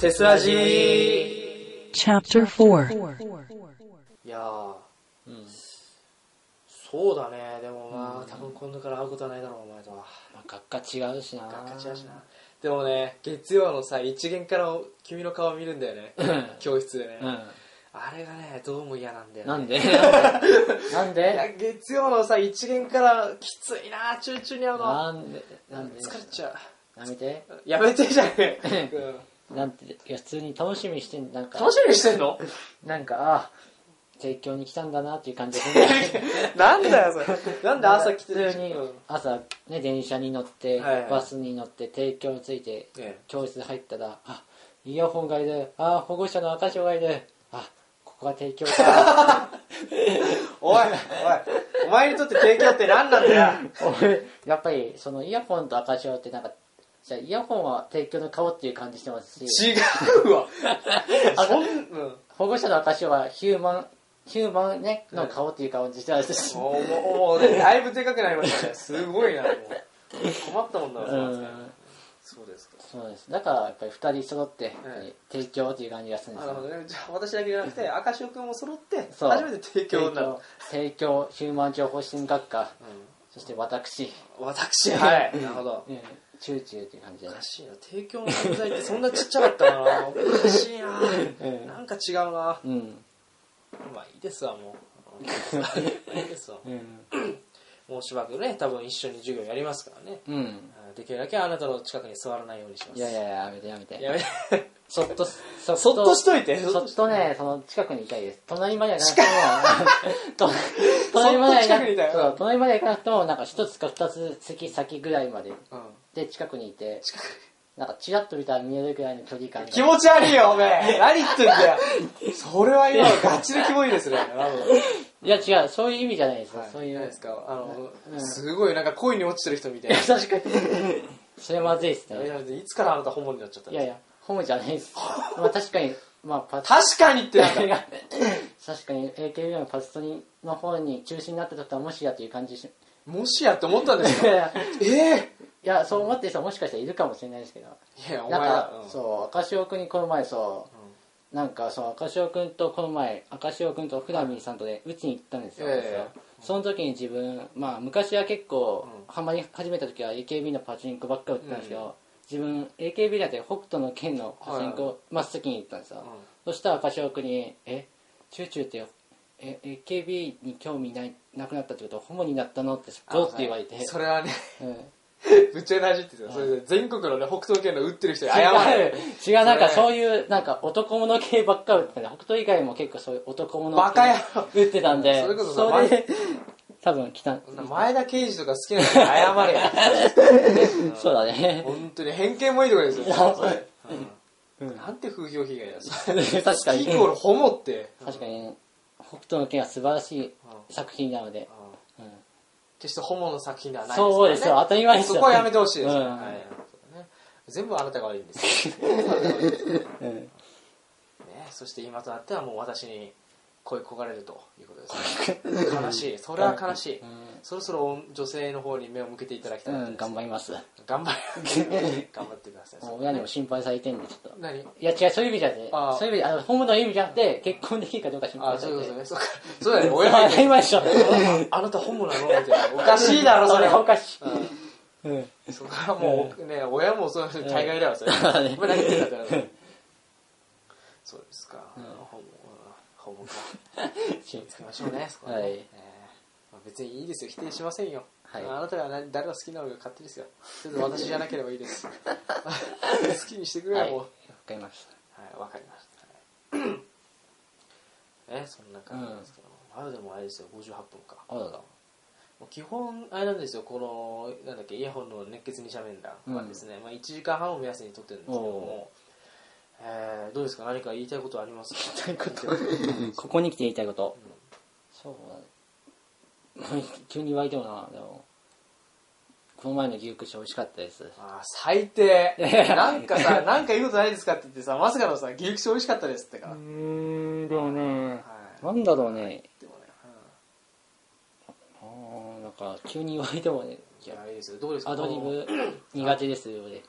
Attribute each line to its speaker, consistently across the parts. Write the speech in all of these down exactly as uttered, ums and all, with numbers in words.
Speaker 1: テスラジー
Speaker 2: Chapter フォー。
Speaker 1: いやー、うん、そうだね。でもまあ、うん、多分今度から会うことはないだろうお前とは。
Speaker 3: まあ、学科違うしな。
Speaker 1: 学科違うしな。でもね、月曜のさ一限から君の顔見るんだよね教室でね、うん、あれがねどうも嫌なんだよね。
Speaker 3: なんでなんで
Speaker 1: いや月曜のさ一限からきついな、チューチューに会うの。
Speaker 3: なんでなんで
Speaker 1: 疲れちゃう。
Speaker 3: やめて
Speaker 1: やめてじゃねえ、
Speaker 3: うん、なんて、いや普通に楽しみにしてん、なんか
Speaker 1: 楽しみにしてんの
Speaker 3: なんか、ああ提供に来たんだなっていう感じで
Speaker 1: なんだよそれ。なんで朝来て
Speaker 3: る普通に朝ね電車に乗って、はいはい、バスに乗って提供について、ね、教室入ったら、あイヤホンがいる、あ保護者の赤潮がいる、あここが提供か
Speaker 1: おいおいお前にとって提供って何なんだよ
Speaker 3: やっぱりそのイヤホンと赤潮ってなんかじゃあイヤホンは提供の顔っていう感じしてますし、
Speaker 1: 違うわそん、うん、
Speaker 3: 保護者の赤潮はヒューマンヒューマンねの顔っていう顔実はです
Speaker 1: もうもうだいぶでかくなりましたね。すごいなもう困ったもんだな、うん、そうですか。
Speaker 3: そうです。だからやっぱりふたり揃って、ええ、提供っていう感じがするんですよ。
Speaker 1: なるほどね。じゃあ私だけじゃなくて赤潮くんも揃って初めて提供になる。
Speaker 3: 提供ヒューマン情報システム学科、うん、そして私
Speaker 1: 私はいなるほど、
Speaker 3: ね、チューチューっていう感じで、ね、
Speaker 1: おかしいな。提供の存在ってそんなちっちゃかったかなおかしいな、ええ、なんか違うな、うん、まあいいですわもういいですわ、うん、もうしばらくね多分一緒に授業やりますからね、うん、できるだけあなたの近くに座らないようにします。
Speaker 3: いやいややめてやめて
Speaker 1: やめて
Speaker 3: そっとそっと
Speaker 1: そっとしといて
Speaker 3: そっとねその近くにいたいです。隣まではなくても隣まではなくても隣まではなくてもなんか一つか二つ席先ぐらいまで、うん、で近くにいて近くなんかチラッと見たら見えるくらいの距離感。
Speaker 1: 気持ち悪いよおめえ何言ってんだよそれは今のガチでキモいですね
Speaker 3: いや違うそういう意味じゃないですよ、はい、そういう
Speaker 1: ですかあの、うん、すごいなんか恋に落ちてる人みたいな。
Speaker 3: 確かにそれまずいですね。
Speaker 1: いやいつからあなたホモになっちゃったんですか。
Speaker 3: いやいやホモじゃないですまあ確かにまあパ
Speaker 1: 確かにってなんか
Speaker 3: 確かに エーケービー のパストリの方に中心になってたことはもしやという感じし
Speaker 1: もしやって思ったんですかええ
Speaker 3: いやそう思ってる人もしかしたらいるかもしれないですけど、
Speaker 1: いやお前は、
Speaker 3: うん、そう赤潮くんにこの前そう、うん、なんかそう赤潮くんとこの前赤潮くんとフラミーさんとで打ちに行ったんですよ、えー、その時に自分まあ昔は結構、うん、ハマり始めた時は エーケービー のパチンコばっかり打ってたんですけど、うん、自分 エーケービー だって北斗の拳のパチンコ真っ先に行ったんですよ、うん、そしたら赤潮くんにえチューチューってえ エーケービー に興味ないなくなったってことはホモになったのってゴーって言われて、
Speaker 1: はい、それはね、
Speaker 3: うん
Speaker 1: ぶっちゃけなじってた、それで全国のね北斗系の打ってる人に謝る。
Speaker 3: 違うなんかそういうなんか男物系ばっかり打ってたね。北斗以外も結構そういう男物
Speaker 1: バカ野郎
Speaker 3: 打ってたんで、
Speaker 1: それこそ
Speaker 3: それで多分来た。
Speaker 1: 前田圭司とか好きな人に謝れよ。
Speaker 3: そうだね。
Speaker 1: 本当に偏見もいいところですよ。うん、なんて風評被害だ。
Speaker 3: 確かに。
Speaker 1: イコールホモって。
Speaker 3: 確かに北斗の拳は素晴らしい作品なので。
Speaker 1: 決してホモの作品ではないですからね。
Speaker 3: そうですよ、当たり前ですよ。
Speaker 1: そこはやめてほしいです、
Speaker 3: うん
Speaker 1: はい、全部あなたが悪いんですよ、うんね、そして今となってはもう私に恋焦がれるということですね。悲しい、それは悲しい、うん、そろそろ女性の方に目を向けていただきたい、ね、
Speaker 3: うん、頑張ります。
Speaker 1: 頑張る頑張ってください。
Speaker 3: 親にも心配されてるんでちょっと。
Speaker 1: 何？
Speaker 3: いや違う、そういう意味じゃなくて、そういう意味、あのホモの意味じゃなくて結婚できるかどうか心配されて。あ、そういうことね。そうか。そうだね。親が
Speaker 1: 言い
Speaker 3: ましょう。
Speaker 1: あなたホモなのみたいな。おかしいだろそれ。
Speaker 3: おかしい。
Speaker 1: うん。そこはもうね、親もそういう大概だわそれ。お前何言ってんだってなる。そうですか。ホモホモか。気をつけましょうね。そこはね。別にいいですよ、否定しませんよ。はい、あなたが何誰が好きなのか勝手ですよ。とりあえず私じゃなければいいです。好きにしてくれよ、もう。
Speaker 3: わかりました。
Speaker 1: はい、わかりました。はい、ね、そんな感じなんですけど、まだでもあれですよ、ごじゅうはっぷんか。
Speaker 3: あらら。
Speaker 1: もう基本あれなんですよ、このなんだっけイヤホンの熱血にしゃべんだはですね、うん、まあいちじかんはんを目安に撮ってるんですけども、えー、どうですか、何か言いたいことありますか？
Speaker 3: 言いたいこと。ここに来て言いたいこと。うん、そうだね。急に言われてもな、でもこの前の牛串美味しかったです。
Speaker 1: ああ最低なんかさなんか言うことないですかって言ってさ、まさかのさ牛串美味しかったですってか。うー
Speaker 3: んでもね、はい、なんだろうね、でもね、うん、あなんか急に言われてもね、
Speaker 1: いやいいですよ、どうですか、
Speaker 3: アドリブ苦手ですよね。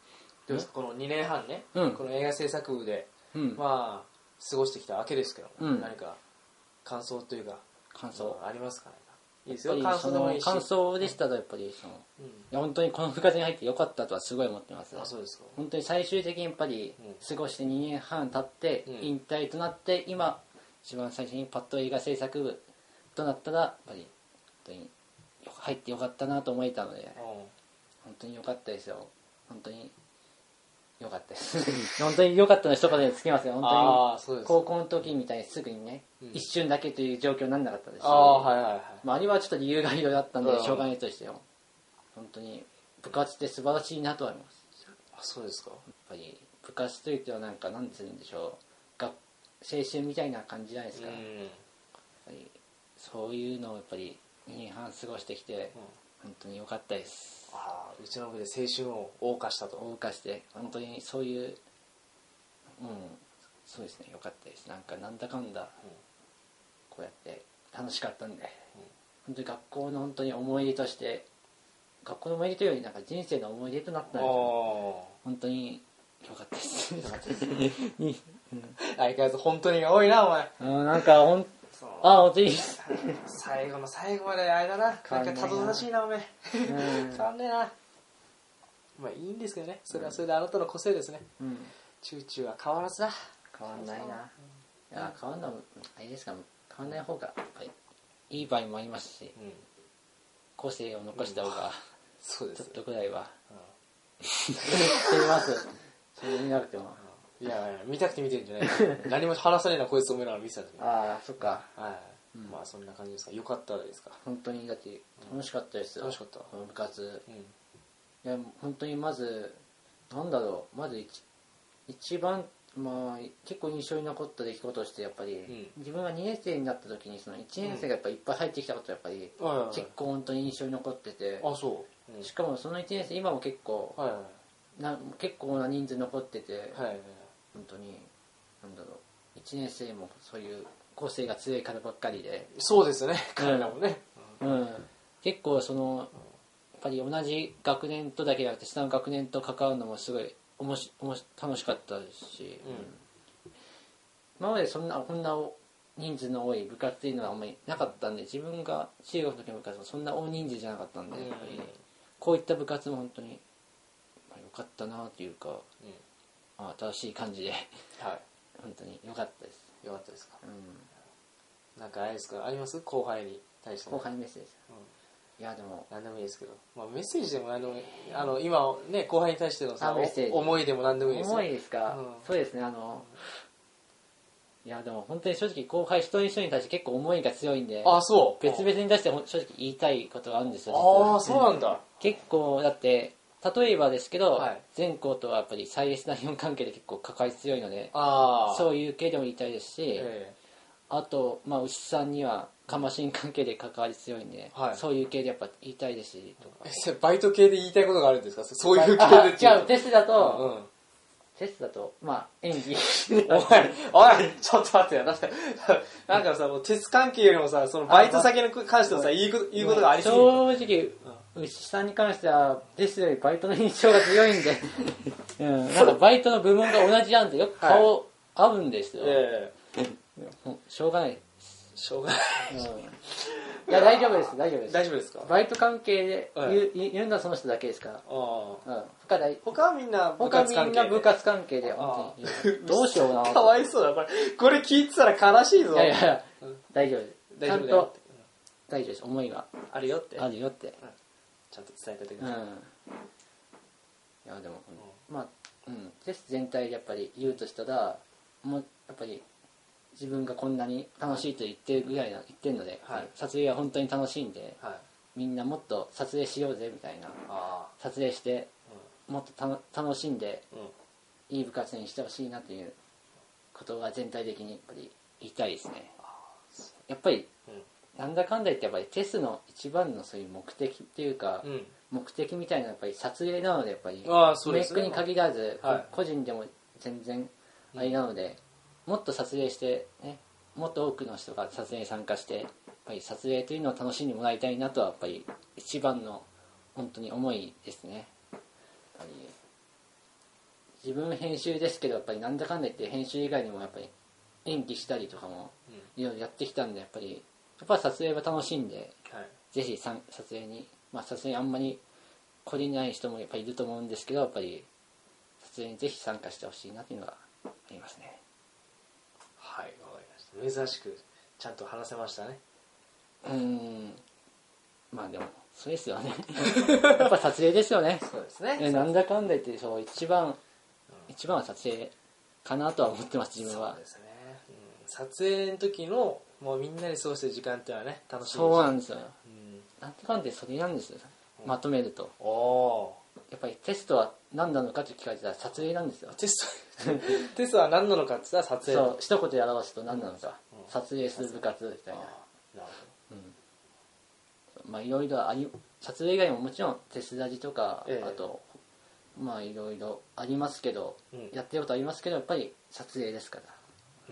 Speaker 1: どうですかこのにねんはんね、
Speaker 3: うん、
Speaker 1: この映画制作部で、
Speaker 3: うん、
Speaker 1: まあ過ごしてきたわけですけども、
Speaker 3: うん、
Speaker 1: 何か感想というか
Speaker 3: 感想、
Speaker 1: まあ、ありますかね。いいです
Speaker 3: よ
Speaker 1: よ、感想でもいいし。
Speaker 3: 感想でしたらやっぱりその、うん、いや本当にこの部活に入ってよかったとはすごい思ってます。
Speaker 1: あ、そうですか。
Speaker 3: 本当に最終的にやっぱり過ごしてにねんはん経って引退となって、今一番最初にパッと映画制作部となったらやっぱり本当に入ってよかったなと思えたので、本当によかったですよ。本当によかったです本当によかったの一言でつきますよ。本当に高校の時みたいにすぐにね、うん、一瞬だけという状況にならなかったですし、あ、はいはいはい、まあ、あれはちょっと理由がいろいろあったんでしょうがないとしてよ、本当に部活って素晴らしいなと思います。
Speaker 1: あ、そうですか。やっ
Speaker 3: ぱり部活といってはなんか何て言うんでしょう、青春みたいな感じじゃないですか。うん、やっぱりそういうのをやっぱりにねんはん過ごしてきて、うん、本当に良かったです。
Speaker 1: ああ、うちの部で青春を謳歌したと。
Speaker 3: 謳歌して本当にそういう、うん、そうですね、良かったです。なんかなんだかんだ、うん、こうやって楽しかったんで、うん、本当に学校の本当に思い出として学校の思い出というよりなんか人生の思い出となったんですよ。本当に良かったです。良かったです。
Speaker 1: 相変わらず本当にが多いなお前。
Speaker 3: うん、なんかほんあ、本当に
Speaker 1: 最後の最後まであれだな、なんかたどたどしいなお前。変わんねえな。まあいいんですけどね、それはそれであなたの個性ですね。うん、チューチューは変わらずだ。
Speaker 3: 変わんないな。いや、変わんない、あれですか、変わんない方がやっぱりいい場合もありますし、うん、個性を残した方が、うん、そうです、ちょっとぐらいは、うん、すいます。それ見なくても。
Speaker 1: いやいや、見たくて見てるんじゃない何も話さねえなこいつおめえら見てたんですね。
Speaker 3: ああ、そっか。
Speaker 1: はい、うん、まあそんな感じですか。よかったですか。
Speaker 3: 本当にだって楽しかったですよ。
Speaker 1: 楽しかった。
Speaker 3: この部活。うん、いや本当にまずなんだろう、まず 一, 一番まあ結構印象に残った出来事としてやっぱり、うん、自分がにねん生になった時にそのいちねん生がやっぱりいっぱい入ってきたことやっぱり、うん、結構本当に印象に残ってて、
Speaker 1: あ、そう、
Speaker 3: うん、しかもそのいちねん生今も結構、はいはい、な結構な人数残ってて、はいはい、本当になんだろう、いちねん生もそういう個性が強い方ばっかりで、
Speaker 1: そうですね、彼らもね、
Speaker 3: うんうん、結構そのやっぱり同じ学年とだけじゃなくて下の学年と関わるのもすごいおもしおもし楽しかったですし、うん、今までそんなこんな人数の多い部活っていうのはあんまりなかったんで、自分が中学の時の部活もそんな大人数じゃなかったんで、うん、やっぱりこういった部活も本当に良かったなというか、うん、まあ、新しい感じで、はい、本当に良かったです。
Speaker 1: 良かったですか。うん、なんかあれですか、あります後輩に対して
Speaker 3: 後輩にメッセージ、うん、いやでも
Speaker 1: 何でもいいですけど、まあ、メッセージでも何でもいい、あの今ね後輩に対してのさ思いでも何でもいいですよ。
Speaker 3: 思いですか、うん、そうですね、あの、うん、いやでも本当に正直後輩一人一人に対して結構思いが強いんで、
Speaker 1: あ、そう
Speaker 3: 別々に出して正直言いたいことがあるんですよ。
Speaker 1: ああ、そうなんだ。
Speaker 3: 結構だって例えばですけど、はい、全校とはやっぱり最烈な日本関係で結構関わり強いので、あ、そういう系でも言いたいですし、えー、あと、まあ、牛さんにはかましん関係で関わり強いんで、はい、そういう系でやっぱ言いたいですしとか。
Speaker 1: え、バイト系で言いたいことがあるんですか？そういう系で。
Speaker 3: 違う、テストだと、うん、テストだとまあ演技
Speaker 1: おいおいちょっと待ってよ、確かになんかさ、もうテスト関係よりもさ、そのバイト先に関してはさ、言うこと言うことがありすぎる。
Speaker 3: 正直、うん、牛さんに関してはテストよりバイトの印象が強いんで、うん、なんかバイトの部門が同じなんでよく顔合うんですよ、はい、えー、しょうがない
Speaker 1: しょうがない、うん、い
Speaker 3: や大丈夫です大丈夫です
Speaker 1: 大丈夫ですか？
Speaker 3: バイト関係で言う、はい、言うのはその人だけですから。あ、うん、他,
Speaker 1: 他はみんな部活関係で、他みんな
Speaker 3: 部活関係で本当にどうしような
Speaker 1: かわいそうだこれこれ聞いてたら悲しいぞ。
Speaker 3: いやいや、うん、大丈夫ですちゃんと大丈夫です、思いが
Speaker 1: あるよって
Speaker 3: あるよって、うん、
Speaker 1: ちゃんと伝えておいてください、うん、い
Speaker 3: やでも、うん、まあ、うん、テスト全体でやっぱり言うとしたらもうやっぱり自分がこんなに楽しいと言ってるぐらいな言ってるので、はい、撮影は本当に楽しいんで、はい、みんなもっと撮影しようぜみたいな、撮影して、うん、もっとた楽しんで、うん、いい部活にしてほしいなということが全体的にやっぱり言いたいですね。やっぱり、うん、なんだかんだ言ってやっぱりテストの一番のそういう目的っていうか、うん、目的みたいなやっぱり撮影なのでやっぱりメイクに限らず、はい、個人でも全然あれなので、うん、もっと撮影して、ね、もっと多くの人が撮影に参加してやっぱり撮影というのを楽しんでもらいたいなとはやっぱり一番の本当に思いですね。やっぱり自分編集ですけどやっぱりなんだかんだ言って編集以外にもやっぱり演技したりとかもいろいろやってきたんでやっぱりやっぱ撮影は楽しんで、はい、ぜひ撮影にまあ撮影あんまり来れない人もやっぱりいると思うんですけどやっぱり撮影にぜひ参加してほしいなというのがありますね。
Speaker 1: はい、わかりました。珍しくちゃんと話せましたね。
Speaker 3: うーん、まあでもそうですよねやっぱ撮影ですよね。
Speaker 1: そうですね。
Speaker 3: なんだかんだ言ってそう一番、うん、一番は撮影かなとは思ってます自分は。
Speaker 1: そうですね、うん、撮影の時のもうみんなで過ごしてる時間っていうのはね楽しいし。
Speaker 3: そうなんですよ、
Speaker 1: うん、
Speaker 3: なんだかんだそれなんですよ、うん、まとめると。
Speaker 1: お
Speaker 3: やっぱりテストは何なのかって聞かれたら撮影なんですよ。
Speaker 1: テストテストは何なのかって言ったら撮影。
Speaker 3: そう一言で表すと何なのか、うん、撮影する部活みたいな。なるほど、うん、まあいろいろあり撮影以外ももちろんテスラジとか、ええ、あとまあいろいろありますけど、うん、やってることありますけどやっぱり撮影ですから、うん、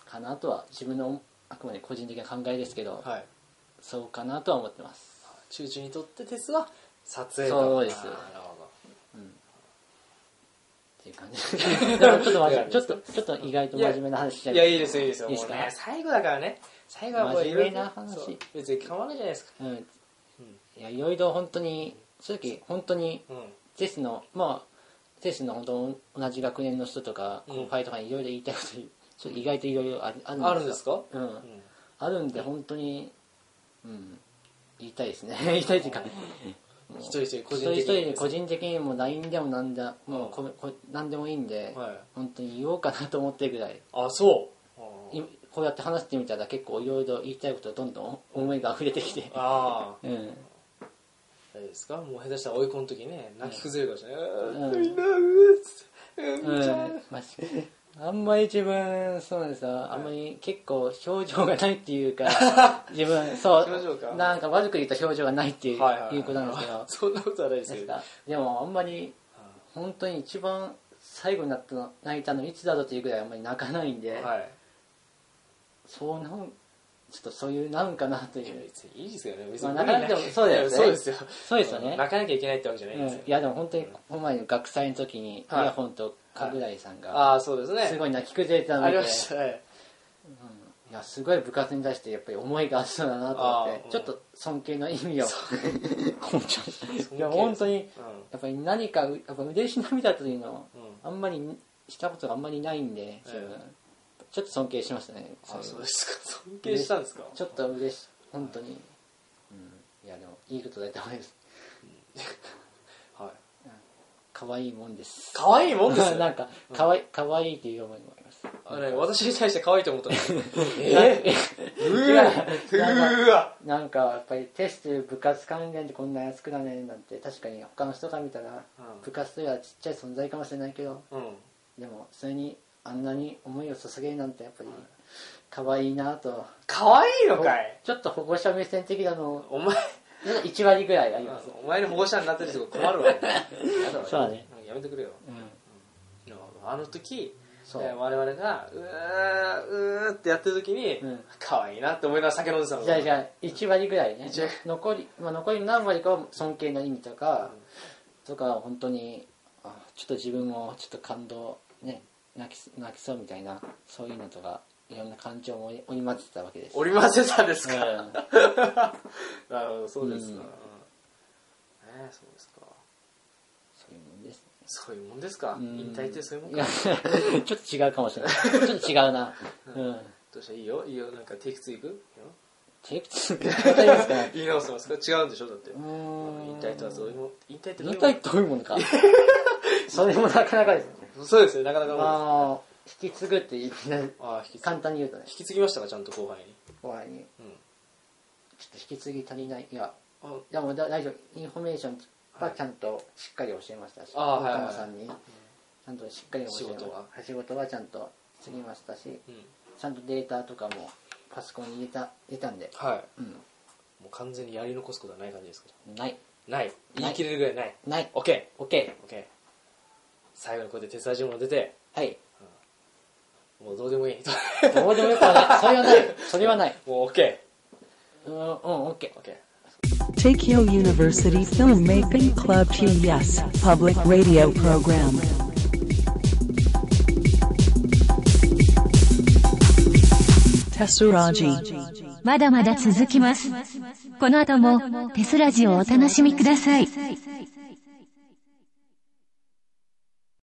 Speaker 3: かなとは自分のあくまで個人的な考えですけど、はい、そうかなとは思ってます。
Speaker 1: チューチューにとってテスは撮影だ。
Speaker 3: そうです。なるほど、うん、っていう感じちょっとちょっとちょっと意外と真面目な話しちゃいます。
Speaker 1: いやいいですよいいですよ。いいですか、ね、最後だからね。最後はこう
Speaker 3: 真面目な話。
Speaker 1: 別に構わないじゃないですか。うん。
Speaker 3: いやいろいろ本当に正直本当にテスのまあテスの本当同じ学年の人とか後輩とかにいろいろ言いたいことちょっと意外といろいろある
Speaker 1: あるんですか？
Speaker 3: うん。あるんで本当にうん言いたいですね。言いたいというか。
Speaker 1: 一人一人個人的に
Speaker 3: 一人一人個人的にも ライン でもなんだもうここ何でもいいんで、はい、本当に言おうかなと思ってるぐらい。
Speaker 1: あ、そう。
Speaker 3: こうやって話してみたら結構いろいろ言いたいことがどんどん思いが溢れてきて。ああ。うん。
Speaker 1: 大丈夫ですか？もう下手したら追い込む時ね泣き崩れるかもしれない。うん。
Speaker 3: うん。うん。まあ、あんまり自分そうなんですよ。あんまり結構表情がないっていうか自分そうなんか悪く言った表情がないっていう、はいはいはい、いうことなんですけど。
Speaker 1: そんなことはないですけど。
Speaker 3: でもあんまり本当に一番最後になったの泣いたのいつだろうっていうぐらいあんまり泣かないんで。はい。そうなんちょっとそういうなんかなという。
Speaker 1: いいですよね。別に、
Speaker 3: まあ、泣かなくてもそうですよね。
Speaker 1: そうですよ。
Speaker 3: そうですよね。
Speaker 1: 泣かなきゃいけないってわけじゃないんですよ。
Speaker 3: うん、いやでも本当にこの前の学祭の時にイヤホンと神楽井さんが、
Speaker 1: はい、あそうですね。
Speaker 3: すごい泣き崩れたので、
Speaker 1: ありましたね。
Speaker 3: うん、いやすごい部活に対してやっぱり思いがあったんだなと思って、ちょっと尊敬の意味を込めちゃう。いや本当に、うん、やっぱり何かやっぱ嬉し涙というのをあんまりしたことがあんまりないんで。うんちょっと尊敬しましたね。
Speaker 1: あ、そうですか。尊敬したんですか。
Speaker 3: ちょっと嬉しい。本当に。うん。いやでもいいことだと思います。はい。可愛いもんです。
Speaker 1: 可愛いもんです。
Speaker 3: なんか可愛い可愛いっていう思いもあります。
Speaker 1: あれ私に対して可愛いと思ったの。え？うわ。うわ。
Speaker 3: なんかやっぱりテスト部活関連でこんな安くなねなんて確かに他の人から見たら部活というのはちっちゃい存在かもしれないけど、でもそれにあんなに思いを注げるなんてやっぱり可愛いなと。
Speaker 1: 可愛いのかい。
Speaker 3: ちょっと保護者目線的なの
Speaker 1: お前
Speaker 3: いち割ぐらいあります。
Speaker 1: お前の保護者になってる人困るわ。
Speaker 3: そうだね。
Speaker 1: やめてくれよ。うん、あの時我々がうーうーってやってる時に、うん、可愛いなって思いながら酒飲んでたの。
Speaker 3: じゃあじゃあいち割ぐらいね。残りまあ残り何割かは尊敬の意味とか、うん、とか本当にあちょっと自分もちょっと感動ね。泣き、泣きそうみたいなそういうのとかいろんな感情も織り交ぜてたわけです。
Speaker 1: 織り交ぜたんですか。うん、なるほどそうですか。うん、えー、そうですか。
Speaker 3: そういうもんです、ね。
Speaker 1: そういうもんですか。うん、引退ってそういうもんか。
Speaker 3: ちょっと違うかもしれない。ちょっと違うな。うん。
Speaker 1: どうしたいいよいいよなんかテイクツーいく？
Speaker 3: テイクツー
Speaker 1: 言い直してますか。違うんでしょだって。引退とはそういうもん。引退ってどういうも
Speaker 3: ん？引退ってどういうものか。それもなかなかですね。
Speaker 1: そうですねなかなか
Speaker 3: あ引き継ぐって簡単に言うとね。
Speaker 1: 引き継ぎましたかちゃんと後輩に。
Speaker 3: 後輩に。うん、ちょっと引き継ぎ足りないいやでも大丈夫インフォメーションはちゃんとしっかり教えましたし、大川さんにちゃんとしっかり教えました。仕事は仕事はちゃんと継ぎましたし、うん、ちゃんとデータとかもパソコンに入れた入れたんで。はい。うん。も
Speaker 1: う完全にやり残すことはない感じですか。
Speaker 3: ない
Speaker 1: ない言い切れるぐらいない。
Speaker 3: ない。
Speaker 1: オッケー
Speaker 3: オッケー
Speaker 1: オッケー。最後にこうやってテスラジオも出て、
Speaker 3: はい、
Speaker 1: うん、もうどうでもいい。
Speaker 3: どうでもよくはない。それはない。それはない。
Speaker 1: もう OK。
Speaker 3: うん、うん、OK。
Speaker 1: OK。
Speaker 2: Tokyo University Filmmaking Club T S Public Radio Program. テスラジ
Speaker 4: まだまだ続きます。この後もテスラジをお楽しみください。